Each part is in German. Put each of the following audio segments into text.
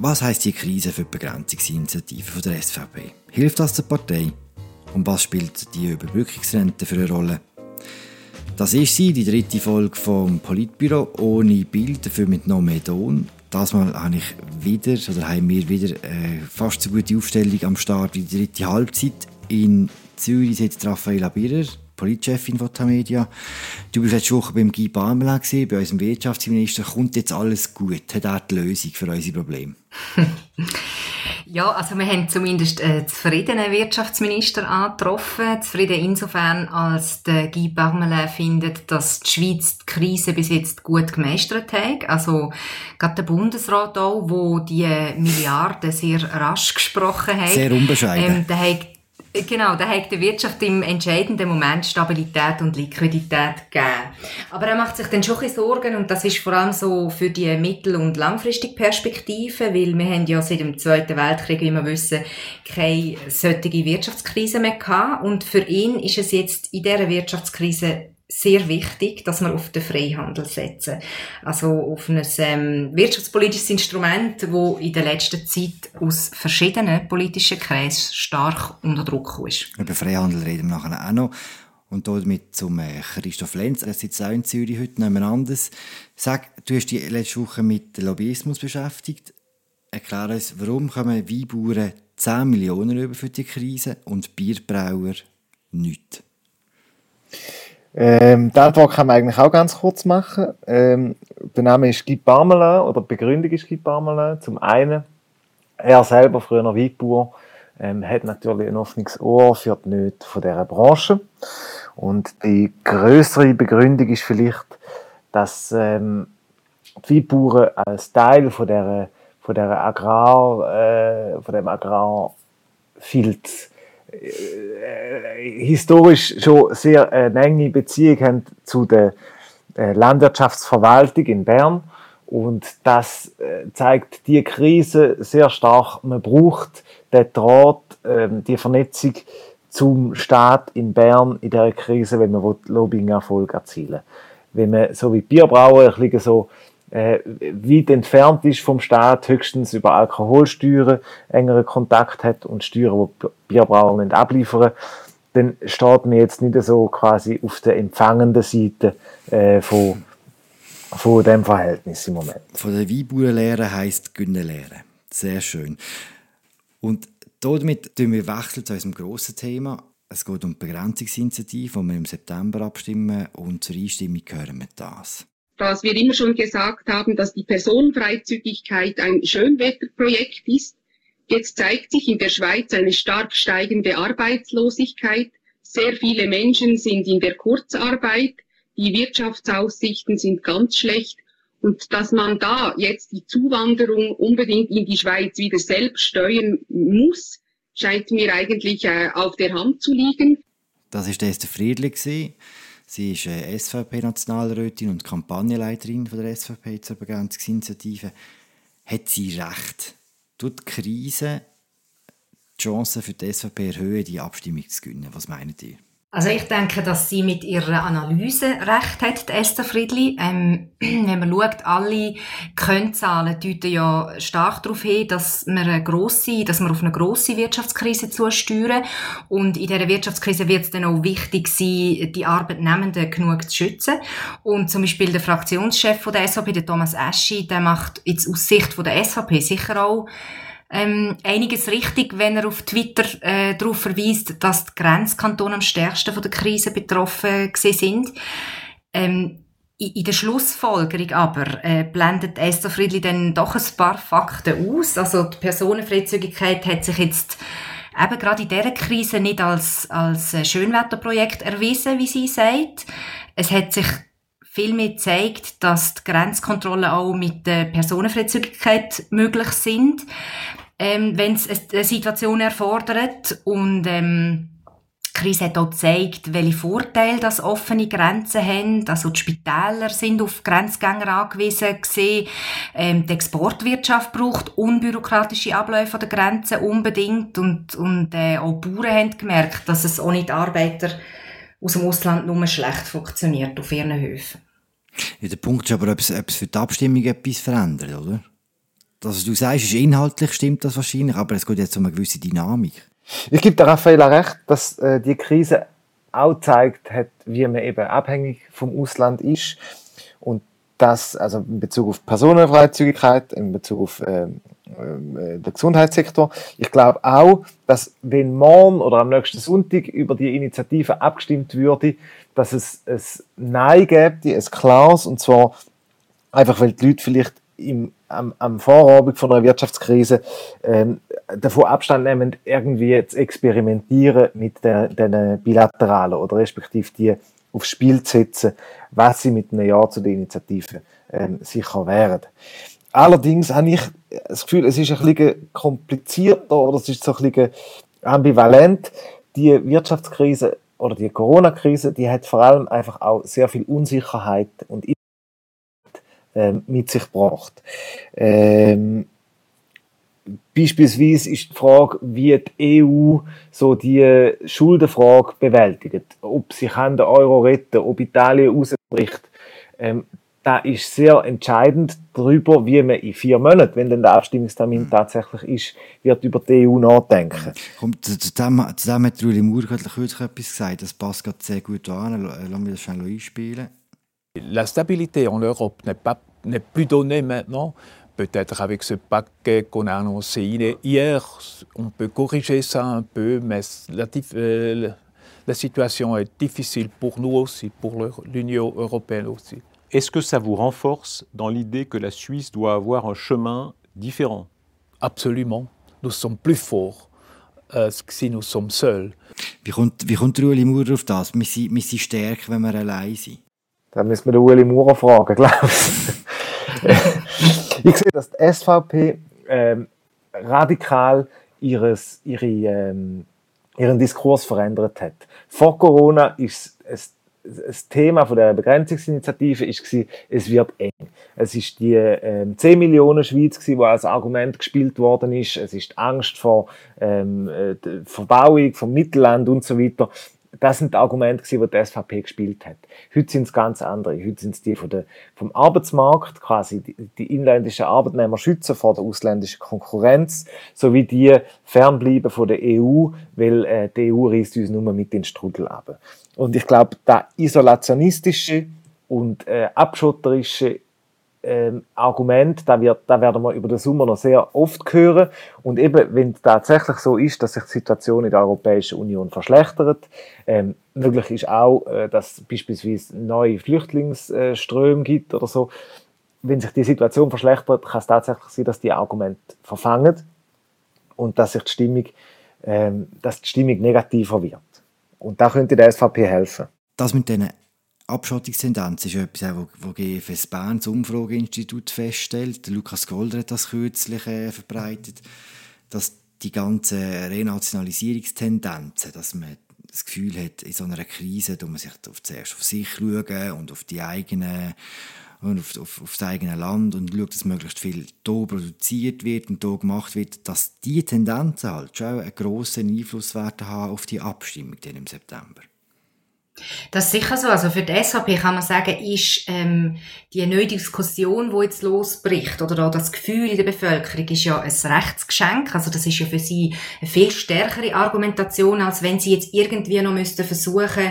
Was heisst die Krise für die Begrenzungsinitiative von der SVP? Hilft das der Partei? Und was spielt die Überbrückungsrente für eine Rolle? Das ist sie, die 3. Folge vom Politbüro, ohne Bild, dafür mit noch mehr Ton. Das Mal haben wir wieder fast so gute Aufstellung am Start wie die 3. Halbzeit. In Zürich sitzt Raffaella Birrer, Politchefin von Tamedia. Du warst letzte Woche beim Guy Parmelin, bei unserem Wirtschaftsminister. Kommt jetzt alles gut? Hat er die Lösung für unsere Probleme? Ja, also wir haben zumindest einen zufriedenen Wirtschaftsminister angetroffen. Zufrieden insofern, als der Guy Parmelin findet, dass die Schweiz die Krise bis jetzt gut gemeistert hat. Also gerade der Bundesrat auch, wo die Milliarden sehr rasch gesprochen hat. Sehr unbescheiden. Da hat der Wirtschaft im entscheidenden Moment Stabilität und Liquidität gegeben. Aber er macht sich dann schon ein bisschen Sorgen, und das ist vor allem so für die mittel- und langfristige Perspektive, weil wir haben ja seit dem Zweiten Weltkrieg, wie wir wissen, keine solche Wirtschaftskrise mehr gehabt. Und für ihn ist es jetzt in dieser Wirtschaftskrise sehr wichtig, dass wir auf den Freihandel setzen. Also auf ein wirtschaftspolitisches Instrument, das in der letzten Zeit aus verschiedenen politischen Kreisen stark unter Druck ist. Über Freihandel reden wir nachher auch noch. Und damit zum Christoph Lenz. Er sitzt auch in Zürich heute, noch jemand anderes. Sag, du hast dich letzte Woche mit Lobbyismus beschäftigt. Erklär uns, warum kommen Weinbauern 10 Millionen über für die Krise und Bierbrauer nichts? Die Antwort kann man eigentlich auch ganz kurz machen. Der Name ist Guy Parmelin, oder die Begründung ist Guy Parmelin. Zum einen, er selber, früher Weinbauer, hat natürlich ein offenes Ohr für die Nöte von dieser Branche. Und die grössere Begründung ist vielleicht, dass die Weinbauern als Teil von dem Agrarfilz historisch schon sehr eine enge Beziehung haben zu der Landwirtschaftsverwaltung in Bern, und das zeigt die Krise sehr stark. Man braucht den Draht, die Vernetzung zum Staat in Bern in dieser Krise, wenn man Lobbying-Erfolg erzielen will. Wenn man so wie Bierbrauer ein bisschen so weit entfernt ist vom Staat, höchstens über Alkoholsteuern engeren Kontakt hat und Steuern, die Bierbrauer nicht abliefern, dann steht man jetzt nicht so quasi auf der empfangenden Seite von diesem Verhältnis im Moment. Von der Weinbauernlehre heisst Günnenlehre. Sehr schön. Und damit wechseln wir zu unserem grossen Thema. Es geht um die Begrenzungsinitiative, die wir im September abstimmen, und zur Einstimmung hören wir das. Dass wir immer schon gesagt haben, dass die Personenfreizügigkeit ein Schönwetterprojekt ist. Jetzt zeigt sich in der Schweiz eine stark steigende Arbeitslosigkeit. Sehr viele Menschen sind in der Kurzarbeit. Die Wirtschaftsaussichten sind ganz schlecht. Und dass man da jetzt die Zuwanderung unbedingt in die Schweiz wieder selbst steuern muss, scheint mir eigentlich auf der Hand zu liegen. Das war Esther Friedli. Sie ist SVP-Nationalrätin und Kampagnenleiterin von der SVP zur Begrenzungsinitiative. Hat sie recht? Tut die Krise die Chancen für die SVP erhöhen, die Abstimmung zu gewinnen? Was meint ihr? Also ich denke, dass sie mit ihrer Analyse recht hat, Esther Friedli. Wenn man schaut, alle Kennzahlen deuten ja stark darauf hin, dass wir auf eine grosse Wirtschaftskrise zusteuern. Und in dieser Wirtschaftskrise wird es dann auch wichtig sein, die Arbeitnehmenden genug zu schützen. Und zum Beispiel der Fraktionschef von der SVP, der Thomas Eschi, der macht jetzt aus Sicht von der SVP sicher auch einiges richtig, wenn er auf Twitter darauf verweist, dass die Grenzkantone am stärksten von der Krise betroffen sind. In der Schlussfolgerung aber blendet Esther Friedli dann doch ein paar Fakten aus. Also die Personenfreizügigkeit hat sich jetzt eben gerade in dieser Krise nicht als Schönwetterprojekt erwiesen, wie sie sagt. Es hat sich vielmehr gezeigt, dass die Grenzkontrollen auch mit der Personenfreizügigkeit möglich sind, wenn es eine Situation erfordert. Und die Krise hat auch gezeigt, welche Vorteile das offene Grenzen haben. Also die Spitäler sind auf Grenzgänger angewiesen gewesen. Die Exportwirtschaft braucht unbürokratische Abläufe an der Grenze unbedingt. Und auch Bauern haben gemerkt, dass es ohne die Arbeiter aus dem Ausland nur schlecht funktioniert auf ihren Höfen. Ja, der Punkt ist aber, ob es für die Abstimmung etwas verändert, oder? du sagst, ist inhaltlich stimmt das wahrscheinlich, aber es geht jetzt um eine gewisse Dynamik. Ich gebe der Raffaella recht, dass die Krise auch gezeigt hat, wie man eben abhängig vom Ausland ist und das, also in Bezug auf Personenfreizügigkeit, in Bezug auf den Gesundheitssektor. Ich glaube auch, dass wenn morgen oder am nächsten Sonntag über die Initiative abgestimmt würde, dass es ein Nein gäbe, ein klares, und zwar einfach, weil die Leute vielleicht am Vorabend von einer Wirtschaftskrise davon Abstand nehmen, irgendwie zu experimentieren mit den Bilateralen oder respektive die aufs Spiel zu setzen, was sie mit einem Ja zu der Initiative sicher wären. Allerdings habe ich das Gefühl, es ist ein bisschen komplizierter oder es ist so ein bisschen ambivalent. Die Wirtschaftskrise oder die Corona-Krise, die hat vor allem einfach auch sehr viel Unsicherheit und mit sich gebracht. Beispielsweise ist die Frage, wie die EU so die Schuldenfrage bewältigt. Ob sie den Euro retten, ob Italien rausbricht. Da ist sehr entscheidend darüber, wie man in 4 Monaten, wenn dann der Abstimmungstermin tatsächlich ist, wird über die EU nachdenken. Zu dem hat Ueli Maurer kürzlich etwas gesagt, das passt gerade sehr gut an. Lassen wir das schnell einspielen. La stabilité en Europe n'est plus donnée maintenant. Peut-être avec ce paquet qu'on a annoncé hier, on peut corriger ça un peu, mais la situation est difficile pour nous aussi, pour l'Union européenne aussi. Est-ce que ça vous renforce dans l'idée que la Suisse doit avoir un chemin différent? Absolument. Nous sommes plus forts si nous sommes seuls. Wie kommt Ueli Maurer auf das? Wir sind stärker, wenn wir allein sind. Da müssen wir den Ueli Maurer fragen, glaube ich. Ich sehe, dass die SVP radikal ihren Diskurs verändert hat. Vor Corona ist das Thema von der Begrenzungsinitiative war, es wird eng. Es ist die 10 Millionen Schweiz, die als Argument gespielt worden ist. Es ist die Angst vor der Verbauung vom Mittelland und so weiter. Das sind die Argumente, die die SVP gespielt hat. Heute sind es ganz andere. Heute sind es die vom Arbeitsmarkt, quasi die inländischen Arbeitnehmer schützen vor der ausländischen Konkurrenz, sowie die fernbleiben von der EU, weil die EU reißt uns nur mit in den Strudel ab. Und ich glaube, das isolationistische und abschotterische Argument, da werden wir über den Sommer noch sehr oft hören. Und eben, wenn es tatsächlich so ist, dass sich die Situation in der Europäischen Union verschlechtert, möglich ist auch, dass es beispielsweise neue Flüchtlingsströme gibt oder so. Wenn sich die Situation verschlechtert, kann es tatsächlich sein, dass die Argumente verfangen und dass sich die Stimmung negativer wird. Und da könnte der SVP helfen. Das mit diesen Abschottungstendenz ist etwas, was GFS Bern, das Umfrageinstitut, feststellt. Lukas Golder hat das kürzlich verbreitet, dass die ganzen Renationalisierungstendenzen, dass man das Gefühl hat, in so einer Krise tut man sich zuerst auf sich schauen und auf die eigenen und auf das eigene Land und schaut, dass möglichst viel hier produziert wird und hier gemacht wird, dass diese Tendenzen halt schon einen grossen Einfluss werden haben auf die Abstimmung dann im September. Das ist sicher so. Also für die SVP kann man sagen, ist die neue Diskussion, die jetzt losbricht, oder auch das Gefühl in der Bevölkerung, ist ja ein Rechtsgeschenk. Also das ist ja für sie eine viel stärkere Argumentation, als wenn sie jetzt irgendwie noch versuchen,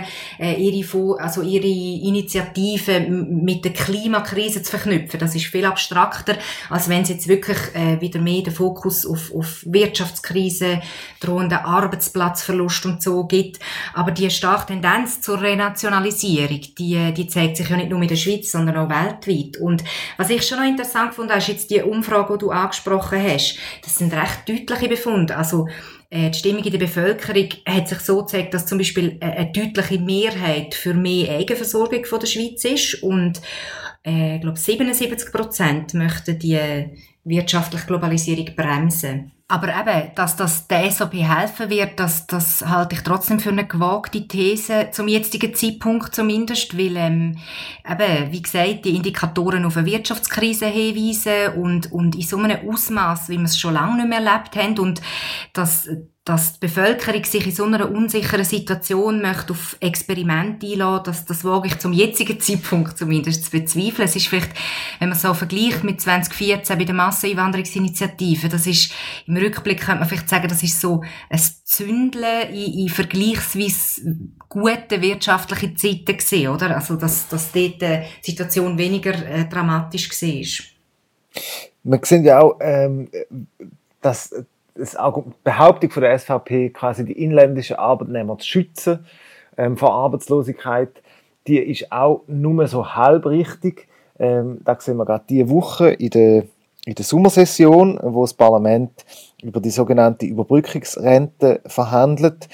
ihre Initiative mit der Klimakrise zu verknüpfen. Das ist viel abstrakter, als wenn es jetzt wirklich wieder mehr den Fokus auf Wirtschaftskrise, drohenden Arbeitsplatzverlust und so gibt. Aber die starke Tendenz zur Renationalisierung, die zeigt sich ja nicht nur in der Schweiz, sondern auch weltweit. Und was ich schon noch interessant fand, ist jetzt die Umfrage, die du angesprochen hast. Das sind recht deutliche Befunde. Also, die Stimmung in der Bevölkerung hat sich so gezeigt, dass zum Beispiel eine deutliche Mehrheit für mehr Eigenversorgung von der Schweiz ist. Und, ich glaube, 77% möchten die wirtschaftliche Globalisierung bremsen. Aber eben, dass das der SVP helfen wird, das halte ich trotzdem für eine gewagte These, zum jetzigen Zeitpunkt zumindest, weil eben, wie gesagt, die Indikatoren auf eine Wirtschaftskrise hinweisen und in so einem Ausmaß, wie wir es schon lange nicht mehr erlebt haben, und dass dass die Bevölkerung sich in so einer unsicheren Situation möchte auf Experimente einlassen, das wage ich zum jetzigen Zeitpunkt zumindest zu bezweifeln. Es ist vielleicht, wenn man so vergleicht mit 2014 bei der Masseneinwanderungsinitiative, das ist, im Rückblick könnte man vielleicht sagen, das ist so ein Zündeln in vergleichsweise guten wirtschaftlichen Zeiten gesehen, oder? Also, dass dort die Situation weniger dramatisch war. Wir sehen ja auch, dass die Behauptung von der SVP, quasi die inländischen Arbeitnehmer zu schützen vor Arbeitslosigkeit, die ist auch nur so halb richtig. Da sehen wir gerade diese Woche in der Sommersession, wo das Parlament über die sogenannte Überbrückungsrente verhandelt,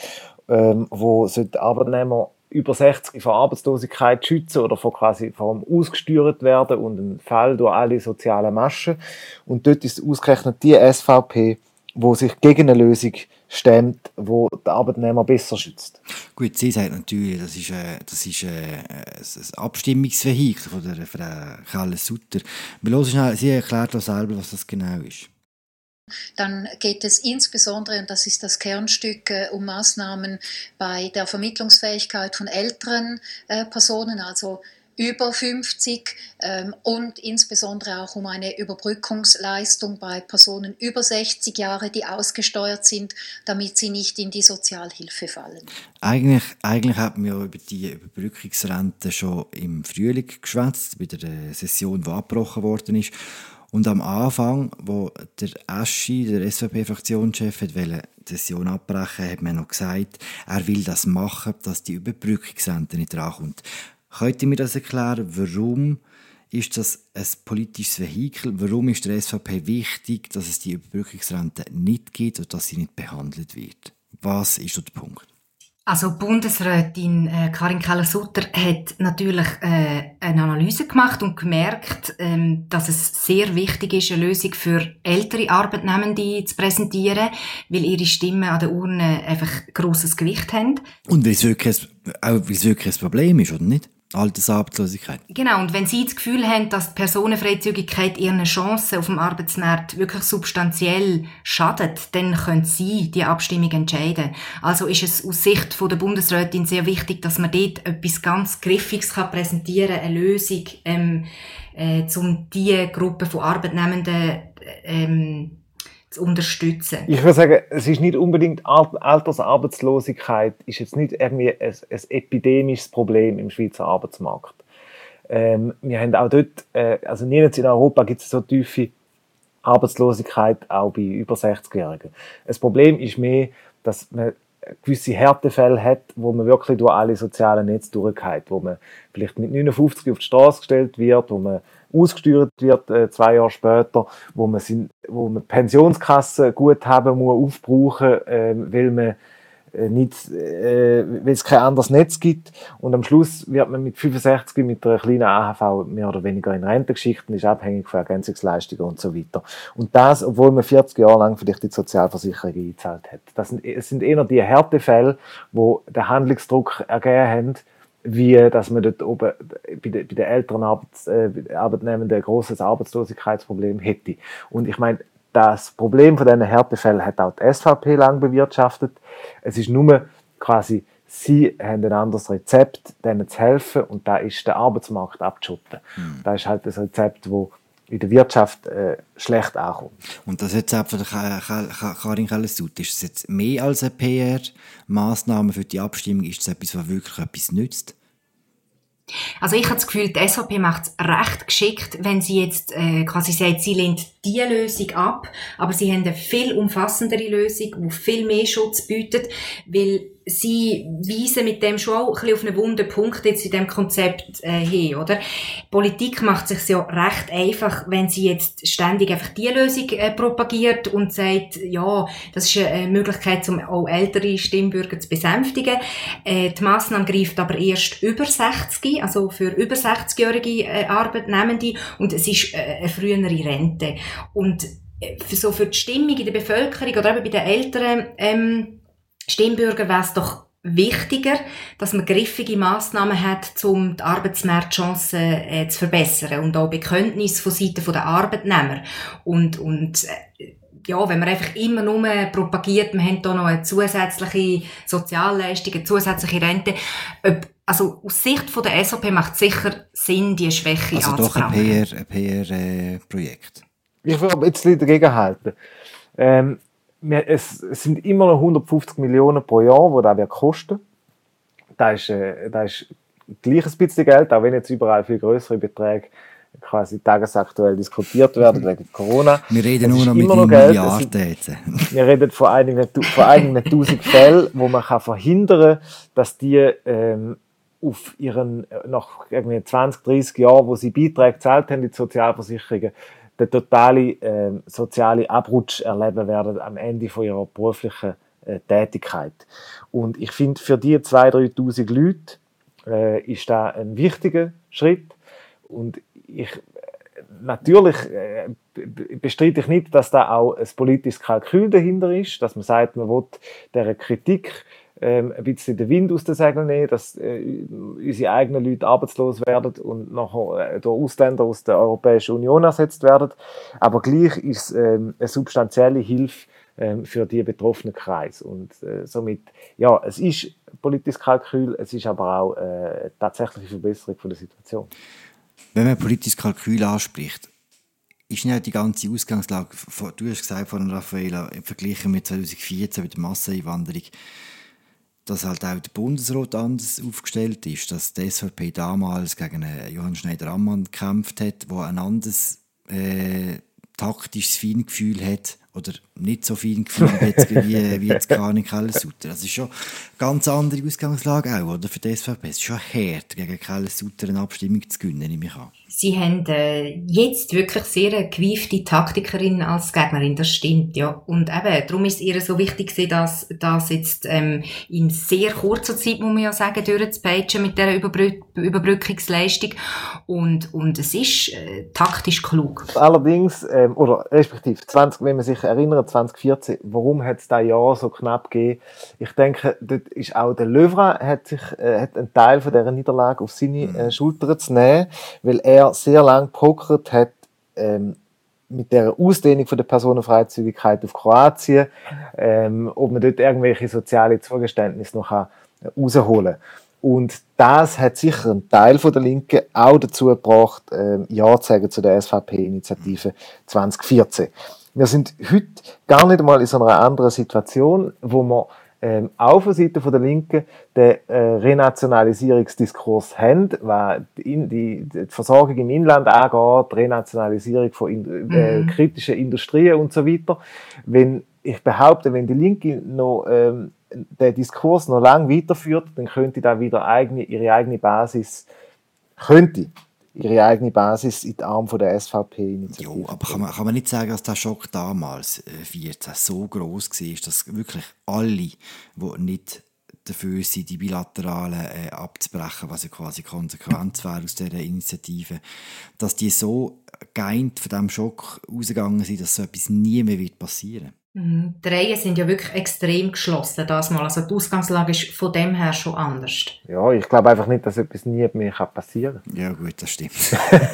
wo die Arbeitnehmer über 60 vor Arbeitslosigkeit schützen oder vor dem ausgesteuert werden und ein Fall durch alle sozialen Maschen. Und dort ist ausgerechnet die SVP, wo sich gegen eine Lösung stemmt, wo die Arbeitnehmer besser schützt. Gut, sie sagt natürlich, das ist ein Abstimmungsvehikel von der Frau Kalle-Sutter. Wir hören schnell, sie erklärt auch selber, was das genau ist. Dann geht es insbesondere, und das ist das Kernstück, um Maßnahmen bei der Vermittlungsfähigkeit von älteren Personen, also über 50, und insbesondere auch um eine Überbrückungsleistung bei Personen über 60 Jahre, die ausgesteuert sind, damit sie nicht in die Sozialhilfe fallen. Eigentlich haben wir über die Überbrückungsrente schon im Frühling geschwätzt, bei der Session, die abgebrochen worden ist. Und am Anfang, wo der Aschi, der SVP-Fraktionschef, die Session abbrechen wollte, hat man noch gesagt, er will das machen, dass die Überbrückungsrente nicht drankommt. Könnt ihr mir das erklären? Warum ist das ein politisches Vehikel? Warum ist der SVP wichtig, dass es die Überbrückungsrente nicht gibt und dass sie nicht behandelt wird? Was ist dort der Punkt? Also Bundesrätin Karin Keller-Sutter hat natürlich eine Analyse gemacht und gemerkt, dass es sehr wichtig ist, eine Lösung für ältere Arbeitnehmende zu präsentieren, weil ihre Stimmen an der Urne einfach grosses Gewicht haben. Und weil es wirklich ein Problem ist, oder nicht? Altersarbeitslosigkeit. Genau, und wenn Sie das Gefühl haben, dass die Personenfreizügigkeit Ihren Chancen auf dem Arbeitsmarkt wirklich substanziell schadet, dann können Sie die Abstimmung entscheiden. Also ist es aus Sicht der Bundesrätin sehr wichtig, dass man dort etwas ganz Griffiges präsentieren kann, eine Lösung, um diese Gruppe von Arbeitnehmenden zu unterstützen. Ich würde sagen, es ist nicht unbedingt Altersarbeitslosigkeit, ist jetzt nicht irgendwie ein epidemisches Problem im Schweizer Arbeitsmarkt. Wir haben auch dort, also nirgends in Europa gibt es so tiefe Arbeitslosigkeit, auch bei über 60-Jährigen. Das Problem ist mehr, dass man gewisse Härtefälle hat, wo man wirklich durch alle sozialen Netze durchgeht, wo man vielleicht mit 59 auf die Straße gestellt wird, wo man ausgesteuert wird 2 Jahre später, wo man Pensionskassenguthaben muss aufbrauchen, weil es kein anderes Netz gibt, und am Schluss wird man mit 65 mit einer kleinen AHV mehr oder weniger in Rente geschickt und ist abhängig von Ergänzungsleistungen und so weiter. Und das, obwohl man 40 Jahre lang vielleicht die Sozialversicherung eingezahlt hat. Es sind eher die Härtefälle, wo den Handlungsdruck ergeben haben, wie dass man dort oben bei den älteren Arbeitnehmenden ein grosses Arbeitslosigkeitsproblem hätte. Und ich meine, das Problem von diesen Härtefällen hat auch die SVP lang bewirtschaftet. Es ist nur quasi, sie haben ein anderes Rezept, denen zu helfen, und da ist der Arbeitsmarkt abzuschotten. Das ist halt das Rezept, das in der Wirtschaft schlecht ankommt. Und das Rezept von der Karin Keller-Sutter, ist es jetzt mehr als eine PR-Massnahme für die Abstimmung? Ist es etwas, was wirklich etwas nützt? Also ich habe das Gefühl, die SVP macht es recht geschickt, wenn sie jetzt quasi sagt, sie lehnt diese Lösung ab, aber sie haben eine viel umfassendere Lösung, die viel mehr Schutz bietet, weil sie weisen mit dem schon auch ein bisschen auf einen wunden Punkt jetzt in diesem Konzept hin, oder? Politik macht es sich ja recht einfach, wenn sie jetzt ständig einfach die Lösung propagiert und sagt, ja, das ist eine Möglichkeit, um auch ältere Stimmbürger zu besänftigen. Die Massnahme greift aber erst über 60, also für über 60-jährige Arbeitnehmende, und es ist eine frühere Rente. Und für die Stimmung in der Bevölkerung oder eben bei den älteren Stimmbürger wäre es doch wichtiger, dass man griffige Massnahmen hat, um die Arbeitsmarktchancen zu verbessern, und auch Bekenntnis von Seiten der Arbeitnehmer. Und wenn man einfach immer nur propagiert, wir haben da noch eine zusätzliche Sozialleistung, eine zusätzliche Rente, also aus Sicht von der SVP macht es sicher Sinn, die Schwäche anzuprangern. Also doch ein PR-Projekt. Ich will aber jetzt dagegen halten. Es sind immer noch 150 Millionen pro Jahr, die das kosten. Das ist gleich ein bisschen Geld, auch wenn jetzt überall viel größere Beträge quasi tagesaktuell diskutiert werden wegen Corona. Wir reden nur noch mit Milliarden jetzt. Wir reden von einigen tausend Fällen, wo man verhindern kann, dass die auf ihren, nach 20, 30 Jahren, wo sie Beiträge gezahlt haben in die Sozialversicherungen, den totale soziale Abrutsch erleben werden am Ende von ihrer beruflichen Tätigkeit. Und ich finde, für die 2.000, 3.000 Leute ist das ein wichtiger Schritt. Und natürlich bestreite ich nicht, dass da auch ein politisches Kalkül dahinter ist, dass man sagt, man will dieser Kritik ein bisschen den Wind aus den Segeln nehmen, dass unsere eigenen Leute arbeitslos werden und nachher durch Ausländer aus der Europäischen Union ersetzt werden. Aber gleich ist es eine substanzielle Hilfe für die betroffenen Kreise. Und somit, ja, es ist politisches Kalkül, es ist aber auch eine tatsächliche Verbesserung von der Situation. Wenn man politisches Kalkül anspricht, ist nicht die ganze Ausgangslage, du hast gesagt von Raffaella, im Vergleich mit 2014 mit der Masseneinwanderung, dass halt auch der Bundesrat anders aufgestellt ist, dass die SVP damals gegen Johann Schneider-Ammann gekämpft hat, der ein anderes taktisches Feingefühl hat, oder nicht so Feingefühl wie jetzt Karin Keller-Sutter. Das ist schon eine ganz andere Ausgangslage auch, oder, für die SVP. Es ist schon hart, gegen Keller-Sutter eine Abstimmung zu gewinnen, nehme ich an. Sie haben jetzt wirklich sehr eine gewiefte Taktikerin als Gegnerin, das stimmt, ja. Und eben, darum ist es ihr so wichtig, dass das jetzt in sehr kurzer Zeit, muss man ja sagen, durchzupeitschen mit dieser Überbrückungsleistung. Und es ist taktisch klug. Allerdings, oder respektive wenn man sich erinnert, 2014, warum hat es dieses Jahr so knapp gegeben? Ich denke, dort ist auch der Löwra hat einen Teil von dieser Niederlage auf seine Schultern zu nehmen, weil er sehr lange gepokert hat mit der Ausdehnung von der Personenfreizügigkeit auf Kroatien, ob man dort irgendwelche soziale Zugeständnisse noch rausholen kann. Und das hat sicher einen Teil von der Linken auch dazu gebracht, Ja zu sagen zu der SVP-Initiative 2014. Wir sind heute gar nicht einmal in so einer anderen Situation, wo wir auch von Seite der Linken den Renationalisierungsdiskurs haben, was die Versorgung im Inland angeht, die Renationalisierung von kritischen Industrien und so weiter. Wenn die Linke noch den Diskurs noch lange weiterführt, dann könnte da wieder ihre eigene Basis in die Arme von der SVP-Initiative. Ja, aber kann man nicht sagen, dass der Schock damals, 2014, so gross war, dass wirklich alle, die nicht dafür sind, die Bilateralen abzubrechen, was ja quasi Konsequenz wäre aus dieser Initiative, dass die so geeint von diesem Schock rausgegangen sind, dass so etwas nie mehr passieren wird? Die Reihen sind ja wirklich extrem geschlossen, das mal. Also die Ausgangslage ist von dem her schon anders. Ja, ich glaube einfach nicht, dass etwas nie mehr passieren kann. Ja gut, das stimmt.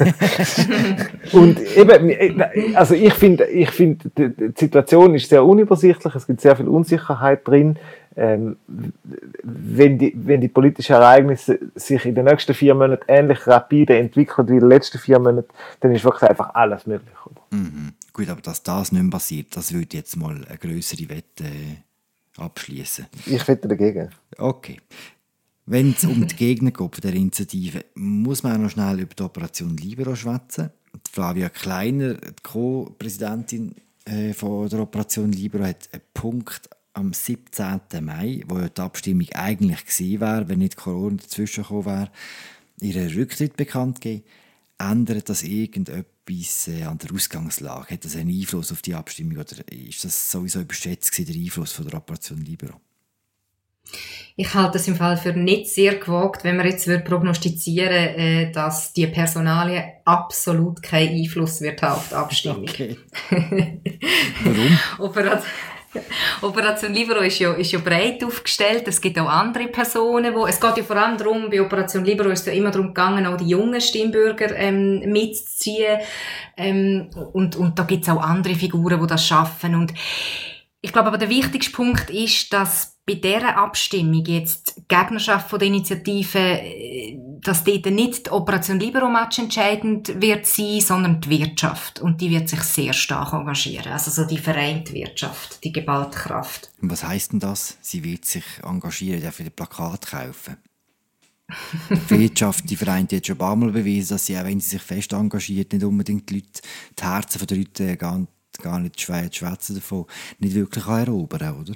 Und eben, also ich finde, die Situation ist sehr unübersichtlich, es gibt sehr viel Unsicherheit drin. Wenn die politischen Ereignisse sich in den nächsten 4 Monaten ähnlich rapide entwickeln wie in den letzten 4 Monaten, dann ist wirklich einfach alles möglich. Mhm. Gut, aber dass das nicht mehr passiert, das würde jetzt mal eine grössere Wette abschließen. Ich wette dagegen. Okay. Wenn es um die Gegner geht von der Initiative, muss man auch noch schnell über die Operation Libero schwätzen. Flavia Kleiner, die Co-Präsidentin von der Operation Libero, hat einen Punkt am 17. Mai, wo ja die Abstimmung eigentlich gewesen wäre, wenn nicht Corona dazwischen gekommen wäre, ihren Rücktritt bekannt gegeben. Ändert das irgendetwas an der Ausgangslage? Hat das einen Einfluss auf die Abstimmung oder ist das sowieso überschätzt gewesen, der Einfluss von der Operation Libero? Ich halte es im Fall für nicht sehr gewagt, wenn man jetzt prognostizieren, dass die Personalie absolut keinen Einfluss wird haben auf die Abstimmung. Okay. Warum? Operation Libero ist ja breit aufgestellt. Es gibt auch andere Personen, es geht ja vor allem darum, bei Operation Libero ist es ja immer darum gegangen, auch die jungen Stimmbürger mitzuziehen. Und da gibt es auch andere Figuren, die das schaffen. Und ich glaube aber, der wichtigste Punkt ist, dass bei dieser Abstimmung jetzt die Gegnerschaft von der Initiative, dass dort nicht die Operation Libero-Match entscheidend wird sein, sondern die Wirtschaft. Und die wird sich sehr stark engagieren. Also so die vereinte Wirtschaft, die geballte Kraft. Und was heisst denn das? Sie wird sich engagieren, darf wieder Plakate kaufen? Die Wirtschaft, die Vereinte hat schon ein paar Mal bewiesen, dass sie, auch wenn sie sich fest engagiert, nicht unbedingt die Herzen der Leute gar nicht schwätzen davon, nicht wirklich erobern, oder?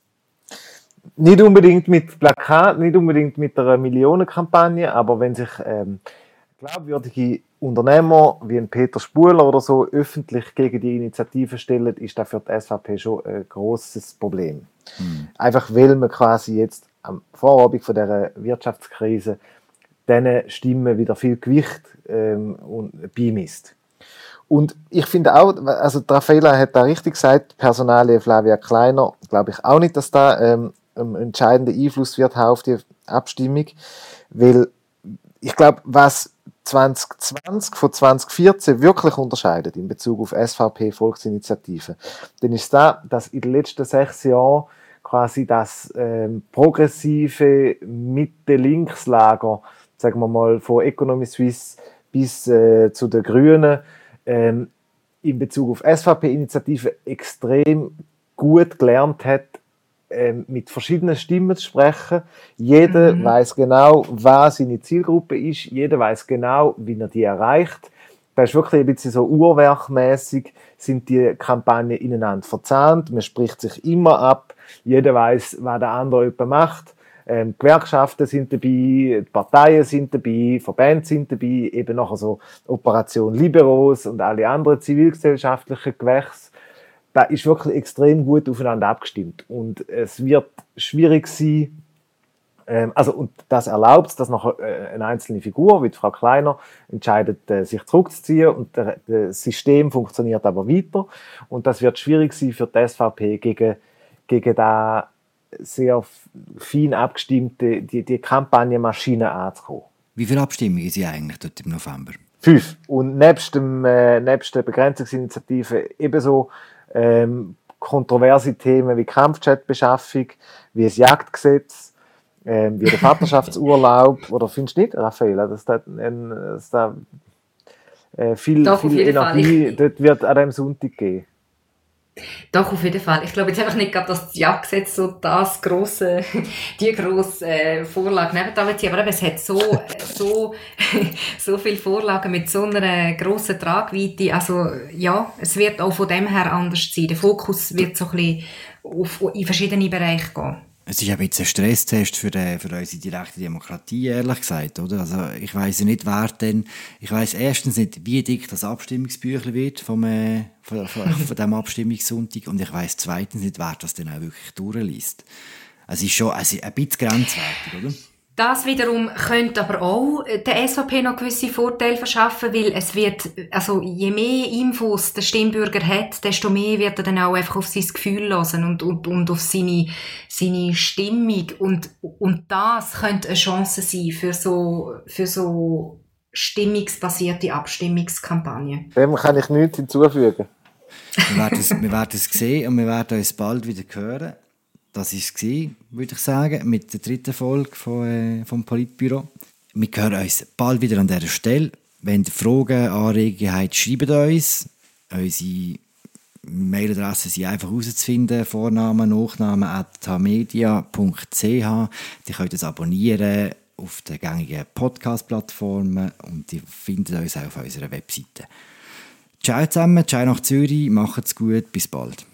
Nicht unbedingt mit Plakat, nicht unbedingt mit einer Millionenkampagne, aber wenn sich glaubwürdige Unternehmer wie ein Peter Spuhler oder so öffentlich gegen die Initiative stellen, ist das für die SVP schon ein grosses Problem. Einfach weil man quasi jetzt am Vorabend von dieser Wirtschaftskrise diesen Stimmen wieder viel Gewicht beimisst. Und ich finde auch, also Raffaella hat da richtig gesagt, Personalie Flavia Kleiner, glaube ich auch nicht, dass da einen entscheidenden Einfluss wird haben auf die Abstimmung, weil ich glaube, was 2020 von 2014 wirklich unterscheidet in Bezug auf SVP-Volksinitiative, dann ist da, dass in den letzten 6 Jahren quasi das progressive Mitte-Links-Lager, sagen wir mal, von Economy Suisse bis zu den Grünen, in Bezug auf SVP-Initiative extrem gut gelernt hat, mit verschiedenen Stimmen zu sprechen. Jeder weiß genau, was seine Zielgruppe ist. Jeder weiß genau, wie er die erreicht. Das ist wirklich ein bisschen so uhrwerkmäßig, sind die Kampagnen ineinander verzahnt. Man spricht sich immer ab. Jeder weiß, was der andere etwa macht. Gewerkschaften sind dabei, die Parteien sind dabei, Verbände sind dabei, eben nachher so Operation Liberos und alle anderen zivilgesellschaftlichen Gewächse. Da ist wirklich extrem gut aufeinander abgestimmt. Und es wird schwierig sein, und das erlaubt, dass nachher eine einzelne Figur, wie die Frau Kleiner, entscheidet, sich zurückzuziehen. Und das System funktioniert aber weiter. Und das wird schwierig sein für die SVP gegen da sehr fein abgestimmte die Kampagnenmaschine anzukommen. Wie viele Abstimmungen sind eigentlich dort im November? 5. Und nebst der Begrenzungsinitiative ebenso kontroverse Themen wie Kampfjetbeschaffung, wie das Jagdgesetz, wie der Vaterschaftsurlaub. Oder findest du nicht, Raffaella, dass da viel Energie dort wird an diesem Sonntag geben? Doch, auf jeden Fall. Ich glaube jetzt einfach nicht, dass das Jagdgesetz so die grosse Vorlage nebenan wird sein. Aber eben, es hat so viele Vorlagen mit so einer grossen Tragweite. Also, ja, es wird auch von dem her anders sein. Der Fokus wird so ein bisschen in verschiedene Bereiche gehen. Es ist ein bisschen ein Stresstest für unsere direkte Demokratie, ehrlich gesagt, oder? Also, ich weiss ja nicht, ich weiss erstens nicht, wie dick das Abstimmungsbüchlein wird von diesem Abstimmungssonntag, und ich weiss zweitens nicht, wer das dann auch wirklich durchliest. Es ist schon ein bisschen grenzwertig, oder? Das wiederum könnte aber auch der SVP noch gewisse Vorteile verschaffen, weil es wird, also je mehr Infos der Stimmbürger hat, desto mehr wird er dann auch einfach auf sein Gefühl hören und auf seine Stimmung, und das könnte eine Chance sein für so stimmungsbasierte Abstimmungskampagnen. Dem kann ich nichts hinzufügen. Wir werden es sehen und wir werden uns bald wieder hören. Das war es, würde ich sagen, mit der 3. Folge vom Politbüro. Wir hören uns bald wieder an dieser Stelle. Wenn ihr Fragen, Anregungen habt, schreibt uns. Unsere Mailadresse sind einfach herauszufinden. Vorname, Nachname @tamedia.ch. Ihr könnt uns abonnieren auf den gängigen Podcast-Plattformen und ihr findet uns auch auf unserer Webseite. Ciao zusammen, ciao nach Zürich, macht's gut, bis bald.